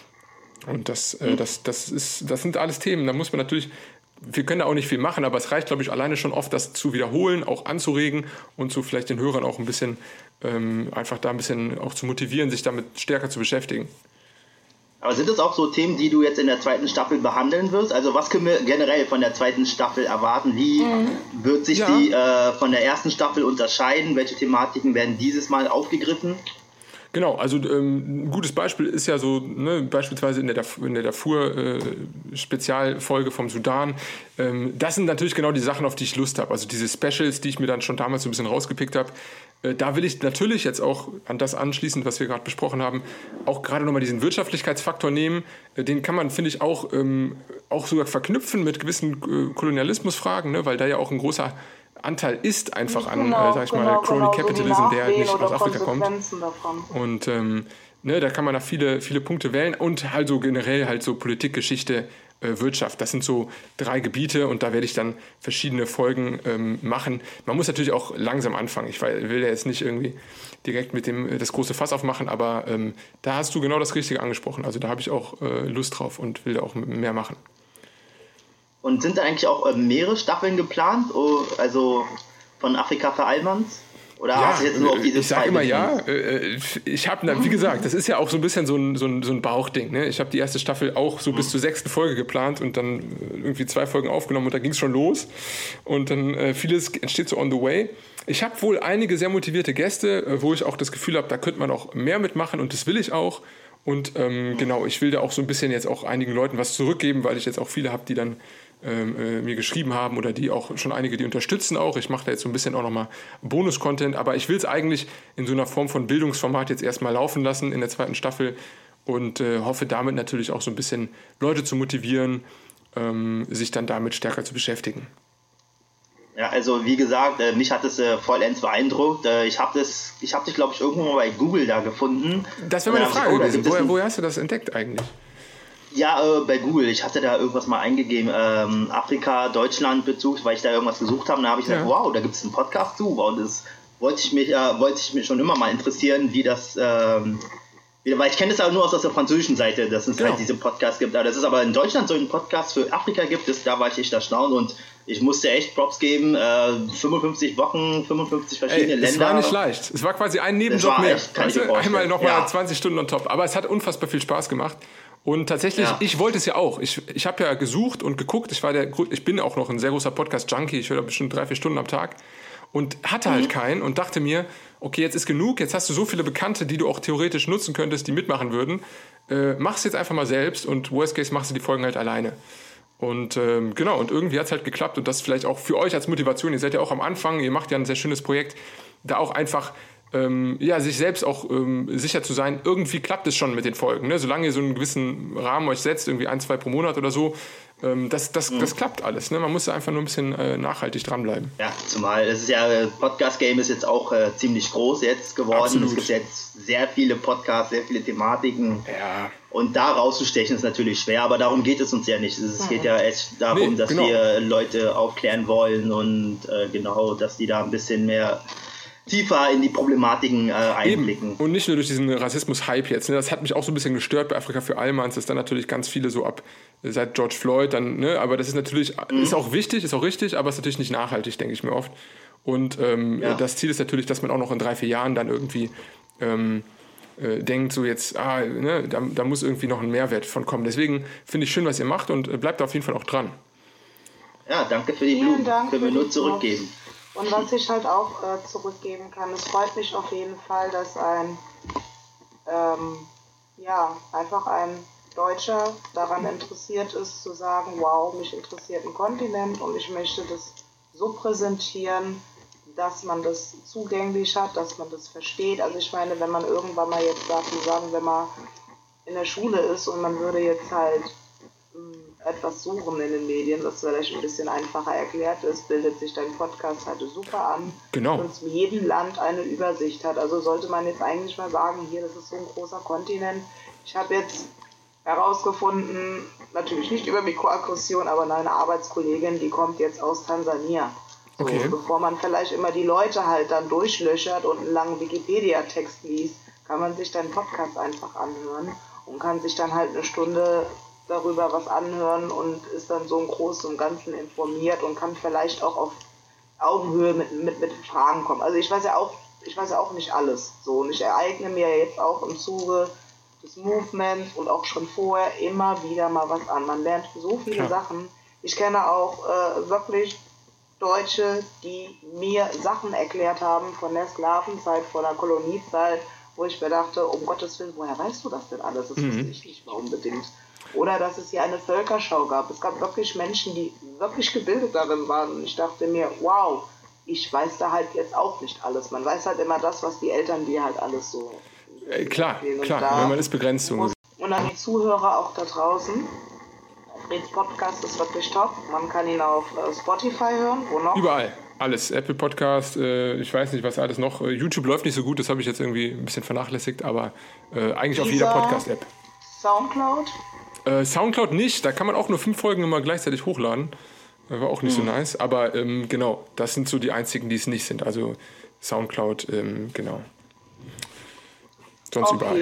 Und das, äh, das, das, ist, das sind alles Themen, da muss man natürlich, wir können da auch nicht viel machen, aber es reicht, glaube ich, alleine schon oft, das zu wiederholen, auch anzuregen und so vielleicht den Hörern auch ein bisschen, ähm, einfach da ein bisschen auch zu motivieren, sich damit stärker zu beschäftigen. Aber sind das auch so Themen, die du jetzt in der zweiten Staffel behandeln wirst? Also was können wir generell von der zweiten Staffel erwarten? Wie mhm. wird sich ja. die äh, von der ersten Staffel unterscheiden? Welche Thematiken werden dieses Mal aufgegriffen? Genau, also ähm, ein gutes Beispiel ist ja so, ne, beispielsweise in der, in der Darfur-Spezialfolge äh, vom Sudan. Ähm, das sind natürlich genau die Sachen, auf die ich Lust habe. Also diese Specials, die ich mir dann schon damals so ein bisschen rausgepickt habe. Äh, da will ich natürlich jetzt auch an das anschließend, was wir gerade besprochen haben, auch gerade nochmal diesen Wirtschaftlichkeitsfaktor nehmen. Äh, den kann man, finde ich, auch, ähm, auch sogar verknüpfen mit gewissen äh, Kolonialismusfragen, ne, weil da ja auch ein großer Anteil ist einfach an, genau, äh, sag ich genau, mal, Crony genau, Capitalism, so der halt nicht aus Afrika kommt. Davon. Und ähm, ne, da kann man da viele, viele Punkte wählen und halt so generell halt so Politik, Geschichte, äh, Wirtschaft. Das sind so drei Gebiete und da werde ich dann verschiedene Folgen ähm, machen. Man muss natürlich auch langsam anfangen. Ich will ja jetzt nicht irgendwie direkt mit dem das große Fass aufmachen, aber ähm, da hast du genau das Richtige angesprochen. Also da habe ich auch äh, Lust drauf und will da auch mehr machen. Und sind da eigentlich auch äh, mehrere Staffeln geplant? Oh, also von Afrika für Allmanns? Oder ja, hast du jetzt nur auf diese ich sage immer ja. Äh, ich habe, wie gesagt, das ist ja auch so ein bisschen so ein, so ein, so ein Bauchding. Ne? Ich habe die erste Staffel auch so bis zur sechsten Folge geplant und dann irgendwie zwei Folgen aufgenommen und da ging es schon los. Und dann äh, vieles entsteht so on the way. Ich habe wohl einige sehr motivierte Gäste, äh, wo ich auch das Gefühl habe, da könnte man auch mehr mitmachen und das will ich auch. Und ähm, genau, ich will da auch so ein bisschen jetzt auch einigen Leuten was zurückgeben, weil ich jetzt auch viele habe, die dann ähm, äh, mir geschrieben haben oder die auch schon einige, die unterstützen auch. Ich mache da jetzt so ein bisschen auch nochmal Bonus-Content, aber ich will es eigentlich in so einer Form von Bildungsformat jetzt erstmal laufen lassen in der zweiten Staffel und äh, hoffe damit natürlich auch so ein bisschen Leute zu motivieren, ähm, sich dann damit stärker zu beschäftigen. Ja, also wie gesagt, äh, mich hat es äh, vollends beeindruckt. Äh, ich habe das, ich habe dich, glaube ich, irgendwo mal bei Google da gefunden. Das wäre meine Frage ich, oh, gewesen. Woher, woher hast du das entdeckt eigentlich? Ja, äh, bei Google. Ich hatte da irgendwas mal eingegeben, ähm, Afrika, Deutschland Bezug, weil ich da irgendwas gesucht habe. Und da habe ich gesagt, ja. wow, da gibt es einen Podcast zu. Und das wollte ich mich, äh, wollte ich mich schon immer mal interessieren, wie das, ähm, wie, weil ich kenne das aber nur aus, aus der französischen Seite, dass es genau. halt diese Podcasts gibt. Aber dass es aber in Deutschland so einen Podcast für Afrika gibt, das, da war ich echt erstaunt und ich musste echt Props geben, äh, fünfundfünfzig Wochen, fünfundfünfzig verschiedene Ey, Länder. Es war nicht leicht. Es war quasi ein Nebenjob mehr. Echt, weißt du, einmal nochmal ja. zwanzig Stunden on top. Aber es hat unfassbar viel Spaß gemacht. Und tatsächlich, ja. ich wollte es ja auch. Ich, ich habe ja gesucht und geguckt. Ich, war der, ich bin auch noch ein sehr großer Podcast-Junkie. Ich höre da bestimmt drei, vier Stunden am Tag. Und hatte halt mhm. keinen und dachte mir, okay, jetzt ist genug. Jetzt hast du so viele Bekannte, die du auch theoretisch nutzen könntest, die mitmachen würden. Äh, mach's jetzt einfach mal selbst und worst case machst du die Folgen halt alleine. Und ähm, genau, und irgendwie hat es halt geklappt und das vielleicht auch für euch als Motivation, ihr seid ja auch am Anfang, ihr macht ja ein sehr schönes Projekt, da auch einfach ähm, ja, sich selbst auch ähm, sicher zu sein, irgendwie klappt es schon mit den Folgen, ne? Solange ihr so einen gewissen Rahmen euch setzt, irgendwie ein, zwei pro Monat oder so, ähm, das, das, mhm. das klappt alles, ne? Man muss einfach nur ein bisschen äh, nachhaltig dranbleiben. Ja, zumal es ist ja, Podcast-Game ist jetzt auch äh, ziemlich groß jetzt geworden, Absolut. Es gibt jetzt sehr viele Podcasts, sehr viele Thematiken. Ja. Und da rauszustechen ist natürlich schwer, aber darum geht es uns ja nicht. Es geht ja echt darum, nee, dass genau. wir Leute aufklären wollen und äh, genau, dass die da ein bisschen mehr tiefer in die Problematiken äh, einblicken. Eben. Und nicht nur durch diesen Rassismus-Hype jetzt. Ne? Das hat mich auch so ein bisschen gestört bei Afrika für Allmanns, dass dann natürlich ganz viele so ab seit George Floyd dann, ne? Aber das ist natürlich, mhm. ist auch wichtig, ist auch richtig, aber ist natürlich nicht nachhaltig, denke ich mir oft. Und ähm, ja. das Ziel ist natürlich, dass man auch noch in drei, vier Jahren dann irgendwie ähm, äh, denkt, so jetzt, ah, ne, da, da muss irgendwie noch ein Mehrwert von kommen. Deswegen finde ich schön, was ihr macht und äh, bleibt auf jeden Fall auch dran. Ja, danke für die Vielen Blumen. Dank Können wir für nur die zurückgeben. Und was ich halt auch äh, zurückgeben kann, es freut mich auf jeden Fall, dass ein, ähm, ja, einfach ein Deutscher daran interessiert ist, zu sagen, wow, mich interessiert ein Kontinent und ich möchte das so präsentieren, dass man das zugänglich hat, dass man das versteht. Also ich meine, wenn man irgendwann mal jetzt sagt, sagen wir mal, in der Schule ist und man würde jetzt halt mh, etwas suchen in den Medien, was vielleicht ein bisschen einfacher erklärt ist, bildet sich dein Podcast halt super an, genau. und zu jedem Land eine Übersicht hat. Also sollte man jetzt eigentlich mal sagen, hier, das ist so ein großer Kontinent. Ich habe jetzt herausgefunden, natürlich nicht über Mikroaggression, aber eine Arbeitskollegin, die kommt jetzt aus Tansania. So, okay. Bevor man vielleicht immer die Leute halt dann durchlöchert und einen langen Wikipedia-Text liest, kann man sich deinen Podcast einfach anhören und kann sich dann halt eine Stunde darüber was anhören und ist dann so im Großen und Ganzen informiert und kann vielleicht auch auf Augenhöhe mit, mit, mit Fragen kommen. Also ich weiß ja auch, ich weiß ja auch nicht alles. So, und ich ereigne mir jetzt auch im Zuge des Movements und auch schon vorher immer wieder mal was an. Man lernt so viele Klar. Sachen. Ich kenne auch äh, wirklich Deutsche, die mir Sachen erklärt haben von der Sklavenzeit, von der Koloniezeit, wo ich mir dachte, um Gottes Willen, woher weißt du das denn alles? Das Mhm. wusste ich nicht mal unbedingt. Oder dass es hier eine Völkerschau gab. Es gab wirklich Menschen, die wirklich gebildet darin waren. Und ich dachte mir, wow, ich weiß da halt jetzt auch nicht alles. Man weiß halt immer das, was die Eltern dir halt alles so... Äh, klar, erzählen. Und klar, da wenn man ist begrenzt. So. muss- Und an die Zuhörer auch da draußen. Freds Podcast ist wirklich top. Man kann ihn auf äh, Spotify hören. Wo noch? Überall. Alles. Apple Podcast, äh, ich weiß nicht, was alles noch. Äh, YouTube läuft nicht so gut, das habe ich jetzt irgendwie ein bisschen vernachlässigt, aber äh, eigentlich auf jeder Dieser Podcast-App. Soundcloud. Äh, Soundcloud nicht, da kann man auch nur fünf Folgen immer gleichzeitig hochladen. Äh, war auch nicht Hm. so nice, aber ähm, genau, das sind so die einzigen, die es nicht sind. Also Soundcloud, ähm, genau. Sonst überall.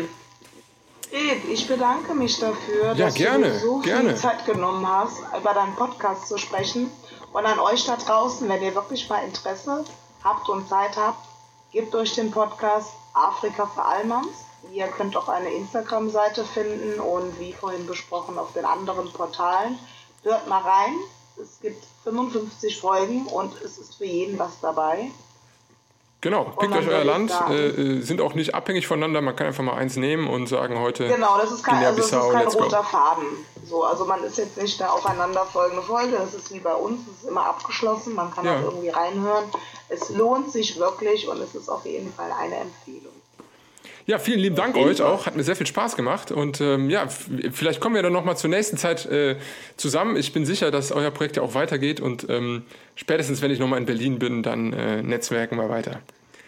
Ed, ich bedanke mich dafür, Ja, dass gerne, du so gerne. viel Zeit genommen hast, über deinen Podcast zu sprechen. Und an euch da draußen, wenn ihr wirklich mal Interesse habt und Zeit habt, gebt euch den Podcast Afrika für Almans. Ihr könnt auch eine Instagram-Seite finden und wie vorhin besprochen auf den anderen Portalen. Hört mal rein. Es gibt fünfundfünfzig Folgen und es ist für jeden was dabei. Genau, pickt dann euch euer würde ich Land, sagen- äh, sind auch nicht abhängig voneinander, man kann einfach mal eins nehmen und sagen heute Genau, das ist kein, also das ist Guinea-Bissau, kein let's go. roter Faden. So, also man ist jetzt nicht da aufeinanderfolgende Folge, das ist wie bei uns, es ist immer abgeschlossen, man kann Ja. auch irgendwie reinhören. Es lohnt sich wirklich und es ist auf jeden Fall eine Empfehlung. Ja, vielen lieben Dank euch auch. Hat mir sehr viel Spaß gemacht. Und ähm, ja, f- vielleicht kommen wir dann nochmal zur nächsten Zeit äh, zusammen. Ich bin sicher, dass euer Projekt ja auch weitergeht. Und ähm, spätestens, wenn ich nochmal in Berlin bin, dann äh, netzwerken wir weiter.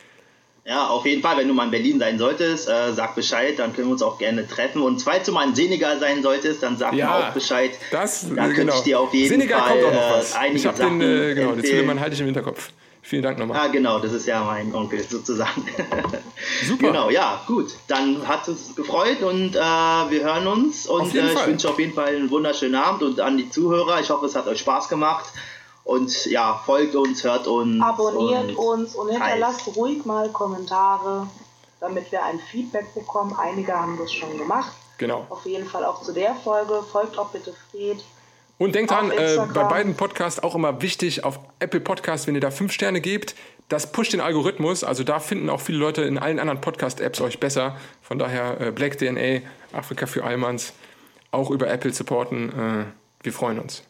Ja, auf jeden Fall, wenn du mal in Berlin sein solltest, äh, sag Bescheid, dann können wir uns auch gerne treffen. Und falls du mal in Senegal sein solltest, dann sag Ja, mir auch Bescheid. Das, dann äh, könnte genau. ich dir auf jeden Senegal Fall kommt auch noch äh, was. einige Ich habe Sachen den, äh, genau, den empfehlen. Zillemann halte ich im Hinterkopf. Vielen Dank nochmal. Ah, genau, das ist ja mein Onkel sozusagen. Super. Genau, ja, gut. Dann hat es uns gefreut und äh, wir hören uns. Und Auf jeden äh, ich Fall. wünsche auf jeden Fall einen wunderschönen Abend und an die Zuhörer. Ich hoffe, es hat euch Spaß gemacht. Und ja, folgt uns, hört uns. Abonniert und uns und hinterlasst ruhig mal Kommentare, damit wir ein Feedback bekommen. Einige haben das schon gemacht. Genau. Auf jeden Fall auch zu der Folge. Folgt auch bitte Fred. Und denkt Auf dran, äh, Instagram. bei beiden Podcasts auch immer wichtig, auf Apple Podcasts, wenn ihr da fünf Sterne gebt, das pusht den Algorithmus. Also da finden auch viele Leute in allen anderen Podcast-Apps euch besser. Von daher äh, Black D N A, Afrika für Almans, auch über Apple supporten. Äh, wir freuen uns.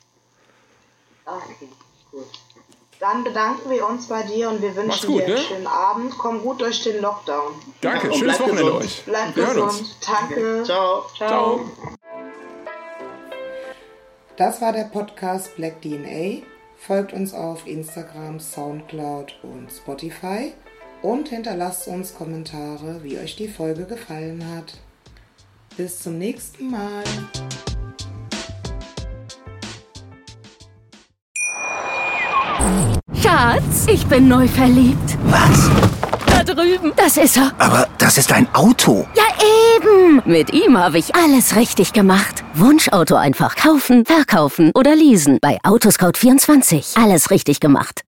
Okay, gut. Dann bedanken wir uns bei dir und wir Mach's wünschen gut, dir einen ne? schönen Abend. Komm gut durch den Lockdown. Danke, und schönes bleibt Wochenende gesund. euch. Bleib wir hören gesund. uns. Danke. Ciao. Ciao. Das war der Podcast Black D N A. Folgt uns auf Instagram, Soundcloud und Spotify und hinterlasst uns Kommentare, wie euch die Folge gefallen hat. Bis zum nächsten Mal. Schatz, ich bin neu verliebt. Was? Da drüben. Das ist er. Aber das ist ein Auto. Ja, eben. Mit ihm habe ich alles richtig gemacht. Wunschauto einfach kaufen, verkaufen oder leasen. Bei Autoscout vierundzwanzig. Alles richtig gemacht.